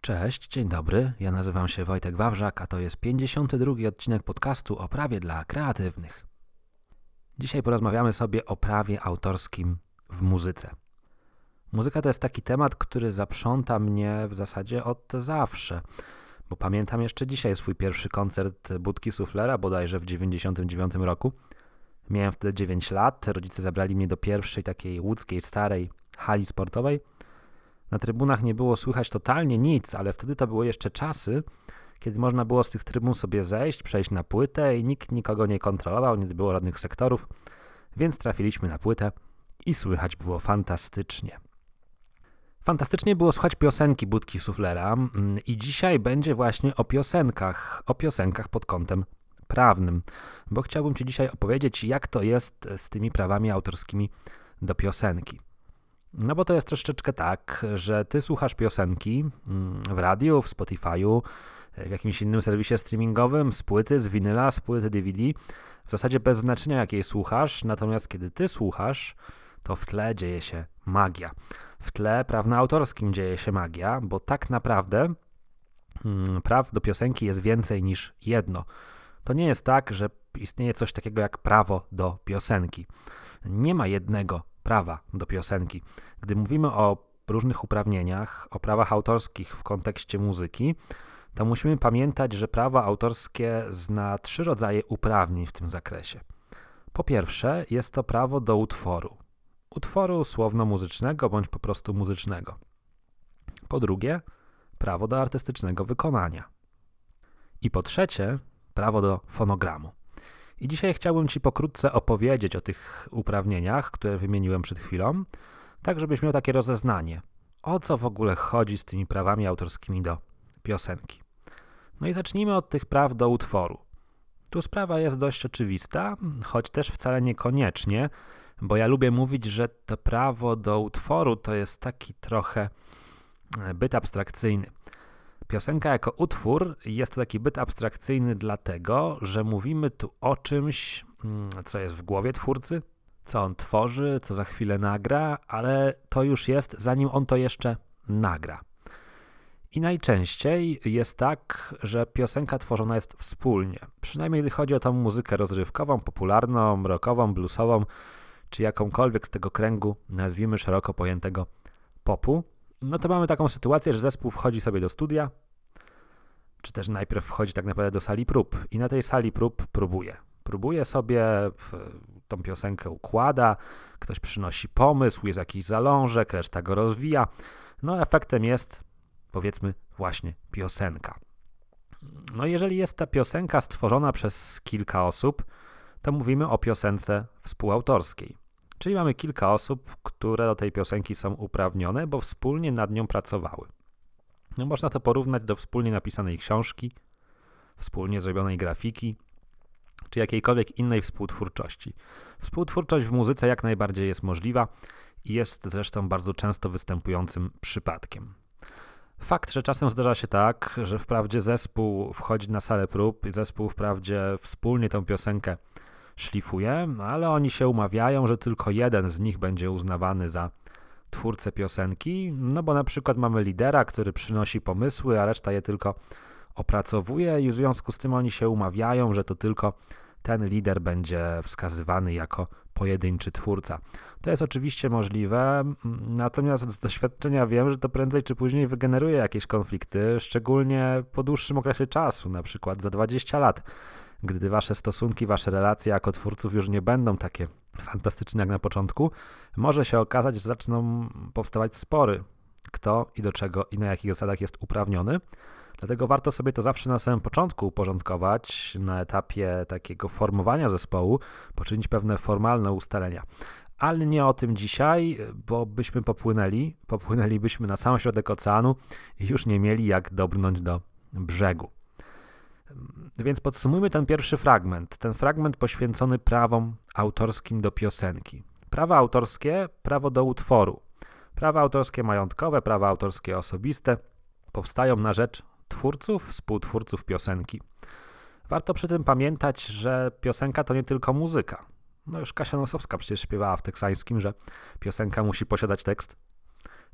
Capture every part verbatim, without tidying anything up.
Cześć, dzień dobry, ja nazywam się Wojtek Wawrzak, a to jest pięćdziesiąty drugi odcinek podcastu o prawie dla kreatywnych. Dzisiaj porozmawiamy sobie o prawie autorskim w muzyce. Muzyka to jest taki temat, który zaprząta mnie w zasadzie od zawsze, bo pamiętam jeszcze dzisiaj swój pierwszy koncert Budki Suflera, bodajże w dziewięćdziesiątym dziewiątym roku. Miałem wtedy dziewięć lat, rodzice zabrali mnie do pierwszej takiej łódzkiej, starej hali sportowej. Na trybunach nie było słychać totalnie nic, ale wtedy to były jeszcze czasy, kiedy można było z tych trybun sobie zejść, przejść na płytę i nikt nikogo nie kontrolował, nie było żadnych sektorów, więc trafiliśmy na płytę i słychać było fantastycznie. Fantastycznie było słuchać piosenki Budki Suflera i dzisiaj będzie właśnie o piosenkach, o piosenkach pod kątem prawnym, bo chciałbym Ci dzisiaj opowiedzieć, jak to jest z tymi prawami autorskimi do piosenki. No bo to jest troszeczkę tak, że ty słuchasz piosenki w radiu, w Spotify'u, w jakimś innym serwisie streamingowym, z płyty, z winyla, z płyty D V D. W zasadzie bez znaczenia jakiej słuchasz, natomiast kiedy ty słuchasz, to w tle dzieje się magia. W tle prawno-autorskim dzieje się magia, bo tak naprawdę hmm, praw do piosenki jest więcej niż jedno. To nie jest tak, że istnieje coś takiego jak prawo do piosenki. Nie ma jednego prawa do piosenki. Gdy mówimy o różnych uprawnieniach, o prawach autorskich w kontekście muzyki, to musimy pamiętać, że prawa autorskie zna trzy rodzaje uprawnień w tym zakresie. Po pierwsze, jest to prawo do utworu. Utworu słowno-muzycznego bądź po prostu muzycznego. Po drugie, prawo do artystycznego wykonania. I po trzecie, prawo do fonogramu. I dzisiaj chciałbym Ci pokrótce opowiedzieć o tych uprawnieniach, które wymieniłem przed chwilą, tak żebyś miał takie rozeznanie, o co w ogóle chodzi z tymi prawami autorskimi do piosenki. No i zacznijmy od tych praw do utworu. Tu sprawa jest dość oczywista, choć też wcale niekoniecznie, bo ja lubię mówić, że to prawo do utworu to jest taki trochę byt abstrakcyjny. Piosenka jako utwór jest to taki byt abstrakcyjny dlatego, że mówimy tu o czymś, co jest w głowie twórcy, co on tworzy, co za chwilę nagra, ale to już jest, zanim on to jeszcze nagra. I najczęściej jest tak, że piosenka tworzona jest wspólnie, przynajmniej gdy chodzi o tą muzykę rozrywkową, popularną, rockową, bluesową, czy jakąkolwiek z tego kręgu, nazwijmy szeroko pojętego popu. No to mamy taką sytuację, że zespół wchodzi sobie do studia, czy też najpierw wchodzi tak naprawdę do sali prób i na tej sali prób próbuje. Próbuje sobie, tą piosenkę układa, ktoś przynosi pomysł, jest jakiś zalążek, reszta go rozwija. No efektem jest, powiedzmy, właśnie piosenka. No jeżeli jest ta piosenka stworzona przez kilka osób, to mówimy o piosence współautorskiej. Czyli mamy kilka osób, które do tej piosenki są uprawnione, bo wspólnie nad nią pracowały. No można to porównać do wspólnie napisanej książki, wspólnie zrobionej grafiki, czy jakiejkolwiek innej współtwórczości. Współtwórczość w muzyce jak najbardziej jest możliwa i jest zresztą bardzo często występującym przypadkiem. Fakt, że czasem zdarza się tak, że wprawdzie zespół wchodzi na salę prób i zespół wprawdzie wspólnie tę piosenkę szlifuje, ale oni się umawiają, że tylko jeden z nich będzie uznawany za twórcę piosenki, no bo na przykład mamy lidera, który przynosi pomysły, a reszta je tylko opracowuje i w związku z tym oni się umawiają, że to tylko ten lider będzie wskazywany jako pojedynczy twórca. To jest oczywiście możliwe, natomiast z doświadczenia wiem, że to prędzej czy później wygeneruje jakieś konflikty, szczególnie po dłuższym okresie czasu, na przykład za dwadzieścia lat, gdy wasze stosunki, wasze relacje jako twórców już nie będą takie fantastyczne jak na początku, może się okazać, że zaczną powstawać spory, kto i do czego i na jakich zasadach jest uprawniony. Dlatego warto sobie to zawsze na samym początku uporządkować, na etapie takiego formowania zespołu, poczynić pewne formalne ustalenia. Ale nie o tym dzisiaj, bo byśmy popłynęli, popłynęlibyśmy na sam środek oceanu i już nie mieli jak dobrnąć do brzegu. Więc podsumujmy ten pierwszy fragment, ten fragment poświęcony prawom autorskim do piosenki. Prawa autorskie, prawo do utworu. Prawa autorskie majątkowe, prawa autorskie osobiste powstają na rzecz twórców, współtwórców piosenki. Warto przy tym pamiętać, że piosenka to nie tylko muzyka. No już Kasia Nosowska przecież śpiewała w teksańskim, że piosenka musi posiadać tekst.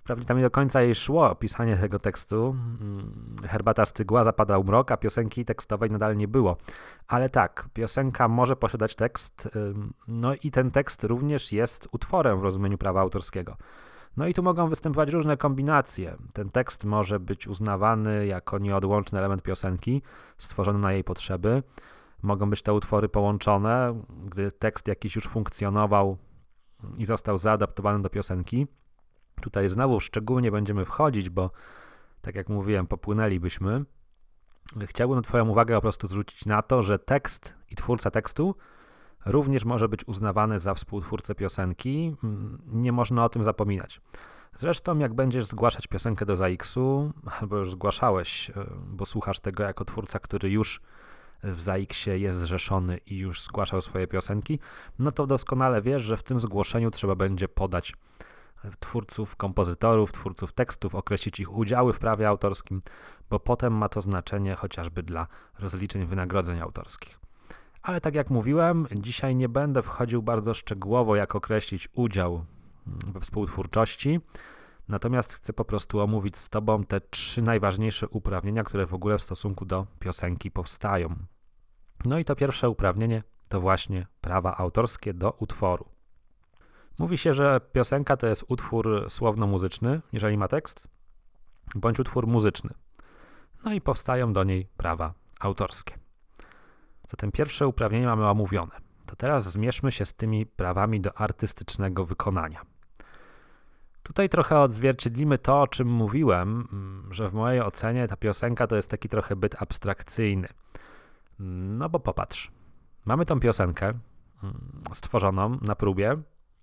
Wprawdzie tam nie do końca jej szło pisanie tego tekstu. Herbata stygła, zapadał mrok, a piosenki tekstowej nadal nie było. Ale tak, piosenka może posiadać tekst, no i ten tekst również jest utworem w rozumieniu prawa autorskiego. No i tu mogą występować różne kombinacje. Ten tekst może być uznawany jako nieodłączny element piosenki, stworzony na jej potrzeby. Mogą być te utwory połączone, gdy tekst jakiś już funkcjonował i został zaadaptowany do piosenki. Tutaj znowu szczególnie będziemy wchodzić, bo tak jak mówiłem, popłynęlibyśmy. Chciałbym Twoją uwagę po prostu zwrócić na to, że tekst i twórca tekstu również może być uznawany za współtwórcę piosenki. Nie można o tym zapominać. Zresztą jak będziesz zgłaszać piosenkę do zaiksu, albo już zgłaszałeś, bo słuchasz tego jako twórca, który już w zaiksie jest zrzeszony i już zgłaszał swoje piosenki, no to doskonale wiesz, że w tym zgłoszeniu trzeba będzie podać twórców, kompozytorów, twórców tekstów, określić ich udziały w prawie autorskim, bo potem ma to znaczenie chociażby dla rozliczeń wynagrodzeń autorskich. Ale tak jak mówiłem, dzisiaj nie będę wchodził bardzo szczegółowo, jak określić udział we współtwórczości, natomiast chcę po prostu omówić z Tobą te trzy najważniejsze uprawnienia, które w ogóle w stosunku do piosenki powstają. No i to pierwsze uprawnienie to właśnie prawa autorskie do utworu. Mówi się, że piosenka to jest utwór słowno-muzyczny, jeżeli ma tekst, bądź utwór muzyczny. No i powstają do niej prawa autorskie. Zatem pierwsze uprawnienie mamy omówione. To teraz zmierzmy się z tymi prawami do artystycznego wykonania. Tutaj trochę odzwierciedlimy to, o czym mówiłem, że w mojej ocenie ta piosenka to jest taki trochę byt abstrakcyjny. No bo popatrz, mamy tą piosenkę stworzoną na próbie,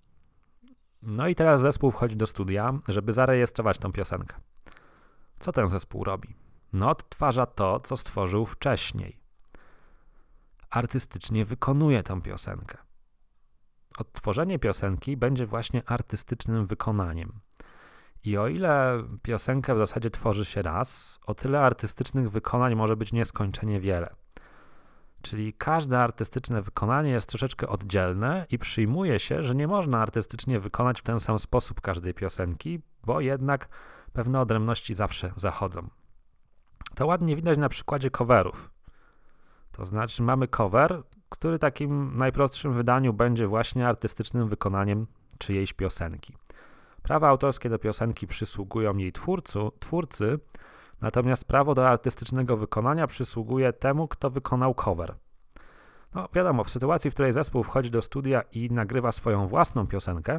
no i teraz zespół wchodzi do studia, żeby zarejestrować tą piosenkę. Co ten zespół robi? No odtwarza to, co stworzył wcześniej. Artystycznie wykonuje tą piosenkę. Odtworzenie piosenki będzie właśnie artystycznym wykonaniem. I o ile piosenkę w zasadzie tworzy się raz, o tyle artystycznych wykonań może być nieskończenie wiele. Czyli każde artystyczne wykonanie jest troszeczkę oddzielne i przyjmuje się, że nie można artystycznie wykonać w ten sam sposób każdej piosenki, bo jednak pewne odrębności zawsze zachodzą. To ładnie widać na przykładzie coverów. To znaczy mamy cover, który takim najprostszym wydaniu będzie właśnie artystycznym wykonaniem czyjejś piosenki. Prawa autorskie do piosenki przysługują jej twórcu, twórcy, natomiast prawo do artystycznego wykonania przysługuje temu, kto wykonał cover. No wiadomo, w sytuacji, w której zespół wchodzi do studia i nagrywa swoją własną piosenkę,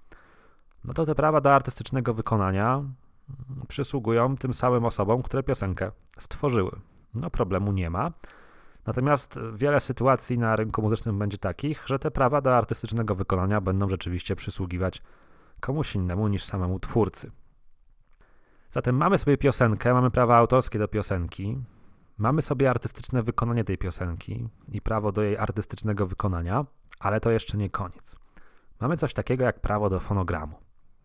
no to te prawa do artystycznego wykonania przysługują tym samym osobom, które piosenkę stworzyły. No problemu nie ma. Natomiast wiele sytuacji na rynku muzycznym będzie takich, że te prawa do artystycznego wykonania będą rzeczywiście przysługiwać komuś innemu niż samemu twórcy. Zatem mamy sobie piosenkę, mamy prawa autorskie do piosenki, mamy sobie artystyczne wykonanie tej piosenki i prawo do jej artystycznego wykonania, ale to jeszcze nie koniec. Mamy coś takiego jak prawo do fonogramu.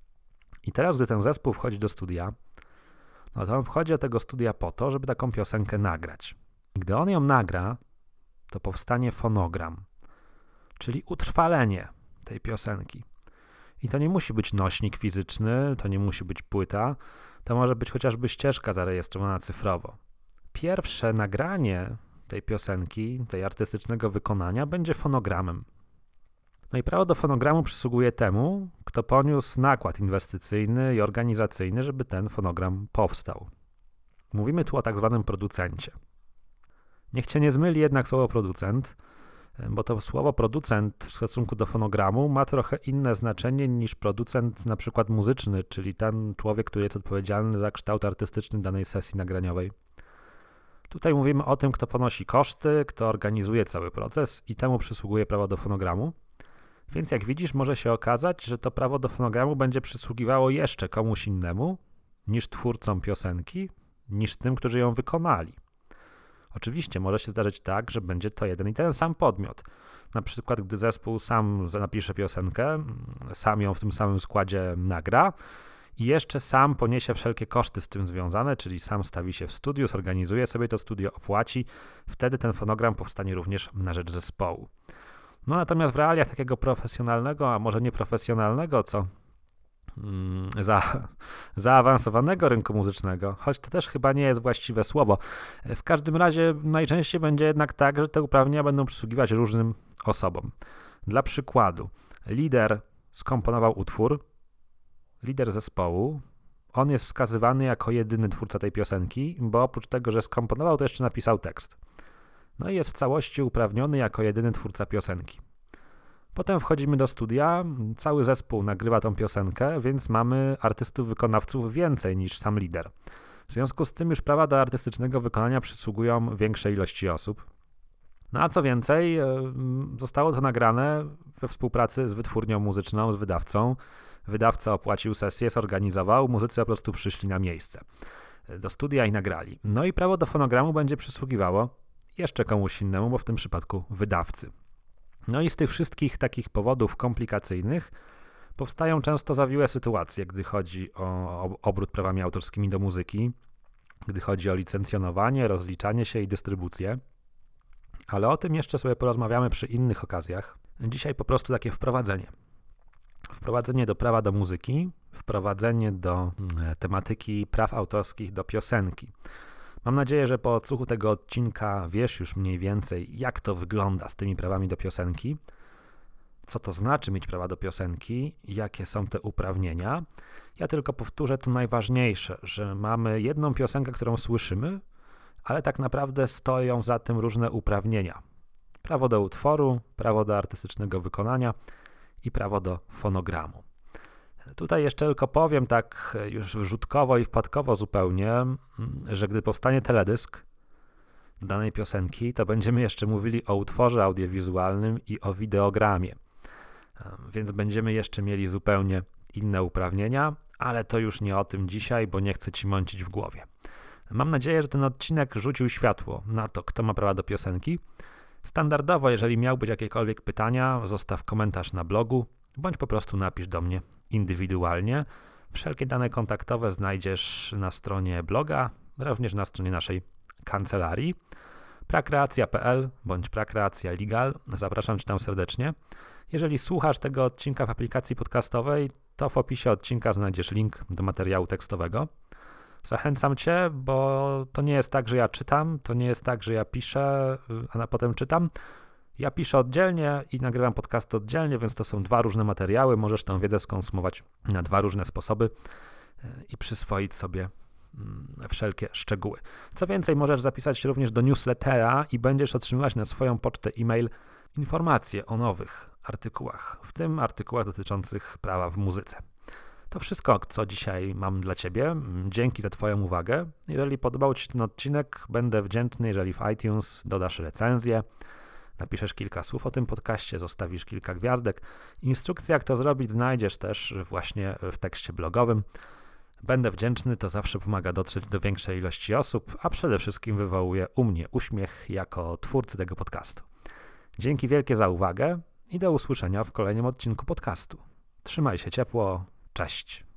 I teraz, gdy ten zespół wchodzi do studia, no to on wchodzi do tego studia po to, żeby taką piosenkę nagrać. Gdy on ją nagra, to powstanie fonogram, czyli utrwalenie tej piosenki. I to nie musi być nośnik fizyczny, to nie musi być płyta, to może być chociażby ścieżka zarejestrowana cyfrowo. Pierwsze nagranie tej piosenki, tej artystycznego wykonania będzie fonogramem. No i prawo do fonogramu przysługuje temu, kto poniósł nakład inwestycyjny i organizacyjny, żeby ten fonogram powstał. Mówimy tu o tak zwanym producencie. Niech Cię nie zmyli jednak słowo producent, bo to słowo producent w stosunku do fonogramu ma trochę inne znaczenie niż producent na przykład muzyczny, czyli ten człowiek, który jest odpowiedzialny za kształt artystyczny danej sesji nagraniowej. Tutaj mówimy o tym, kto ponosi koszty, kto organizuje cały proces i temu przysługuje prawo do fonogramu. Więc jak widzisz, może się okazać, że to prawo do fonogramu będzie przysługiwało jeszcze komuś innemu niż twórcom piosenki, niż tym, którzy ją wykonali. Oczywiście może się zdarzyć tak, że będzie to jeden i ten sam podmiot. Na przykład, gdy zespół sam napisze piosenkę, sam ją w tym samym składzie nagra i jeszcze sam poniesie wszelkie koszty z tym związane, czyli sam stawi się w studiu, zorganizuje sobie to studio, opłaci, wtedy ten fonogram powstanie również na rzecz zespołu. No natomiast w realiach takiego profesjonalnego, a może nieprofesjonalnego, co mm, za, zaawansowanego rynku muzycznego, choć to też chyba nie jest właściwe słowo. W każdym razie najczęściej będzie jednak tak, że te uprawnienia będą przysługiwać różnym osobom. Dla przykładu, lider skomponował utwór, lider zespołu, on jest wskazywany jako jedyny twórca tej piosenki, bo oprócz tego, że skomponował, to jeszcze napisał tekst. No i jest w całości uprawniony jako jedyny twórca piosenki. Potem wchodzimy do studia, cały zespół nagrywa tą piosenkę, więc mamy artystów, wykonawców więcej niż sam lider. W związku z tym już prawa do artystycznego wykonania przysługują większej ilości osób. No a co więcej, zostało to nagrane we współpracy z wytwórnią muzyczną, z wydawcą. Wydawca opłacił sesję, zorganizował, muzycy po prostu przyszli na miejsce do studia i nagrali. No i prawo do fonogramu będzie przysługiwało jeszcze komuś innemu, bo w tym przypadku wydawcy. No i z tych wszystkich takich powodów komplikacyjnych powstają często zawiłe sytuacje, gdy chodzi o obrót prawami autorskimi do muzyki, gdy chodzi o licencjonowanie, rozliczanie się i dystrybucję. Ale o tym jeszcze sobie porozmawiamy przy innych okazjach. Dzisiaj po prostu takie wprowadzenie. Wprowadzenie do prawa do muzyki, wprowadzenie do tematyki praw autorskich do piosenki. Mam nadzieję, że po odsłuchu tego odcinka wiesz już mniej więcej, jak to wygląda z tymi prawami do piosenki, co to znaczy mieć prawa do piosenki, jakie są te uprawnienia. Ja tylko powtórzę to najważniejsze, że mamy jedną piosenkę, którą słyszymy, ale tak naprawdę stoją za tym różne uprawnienia. Prawo do utworu, prawo do artystycznego wykonania i prawo do fonogramu. Tutaj jeszcze tylko powiem tak już wrzutkowo i wpadkowo zupełnie, że gdy powstanie teledysk danej piosenki, to będziemy jeszcze mówili o utworze audiowizualnym i o wideogramie. Więc będziemy jeszcze mieli zupełnie inne uprawnienia, ale to już nie o tym dzisiaj, bo nie chcę ci mącić w głowie. Mam nadzieję, że ten odcinek rzucił światło na to, kto ma prawa do piosenki. Standardowo, jeżeli miałbyś jakiekolwiek pytania, zostaw komentarz na blogu, bądź po prostu napisz do mnie indywidualnie. Wszelkie dane kontaktowe znajdziesz na stronie bloga, również na stronie naszej kancelarii prakreacja kropka p l bądź prakreacja legal. Zapraszam cię tam serdecznie. Jeżeli słuchasz tego odcinka w aplikacji podcastowej, to w opisie odcinka znajdziesz link do materiału tekstowego. Zachęcam cię, bo to nie jest tak, że ja czytam, to nie jest tak, że ja piszę, a potem czytam. Ja piszę oddzielnie i nagrywam podcast oddzielnie, więc to są dwa różne materiały. Możesz tę wiedzę skonsumować na dwa różne sposoby i przyswoić sobie wszelkie szczegóły. Co więcej, możesz zapisać się również do newslettera i będziesz otrzymywać na swoją pocztę e-mail informacje o nowych artykułach, w tym artykułach dotyczących prawa w muzyce. To wszystko, co dzisiaj mam dla ciebie. Dzięki za twoją uwagę. Jeżeli podobał ci się ten odcinek, będę wdzięczny, jeżeli w iTunes dodasz recenzję, napiszesz kilka słów o tym podcaście, zostawisz kilka gwiazdek. Instrukcję, jak to zrobić, znajdziesz też właśnie w tekście blogowym. Będę wdzięczny, to zawsze pomaga dotrzeć do większej ilości osób, a przede wszystkim wywołuje u mnie uśmiech jako twórcy tego podcastu. Dzięki wielkie za uwagę i do usłyszenia w kolejnym odcinku podcastu. Trzymaj się ciepło, cześć.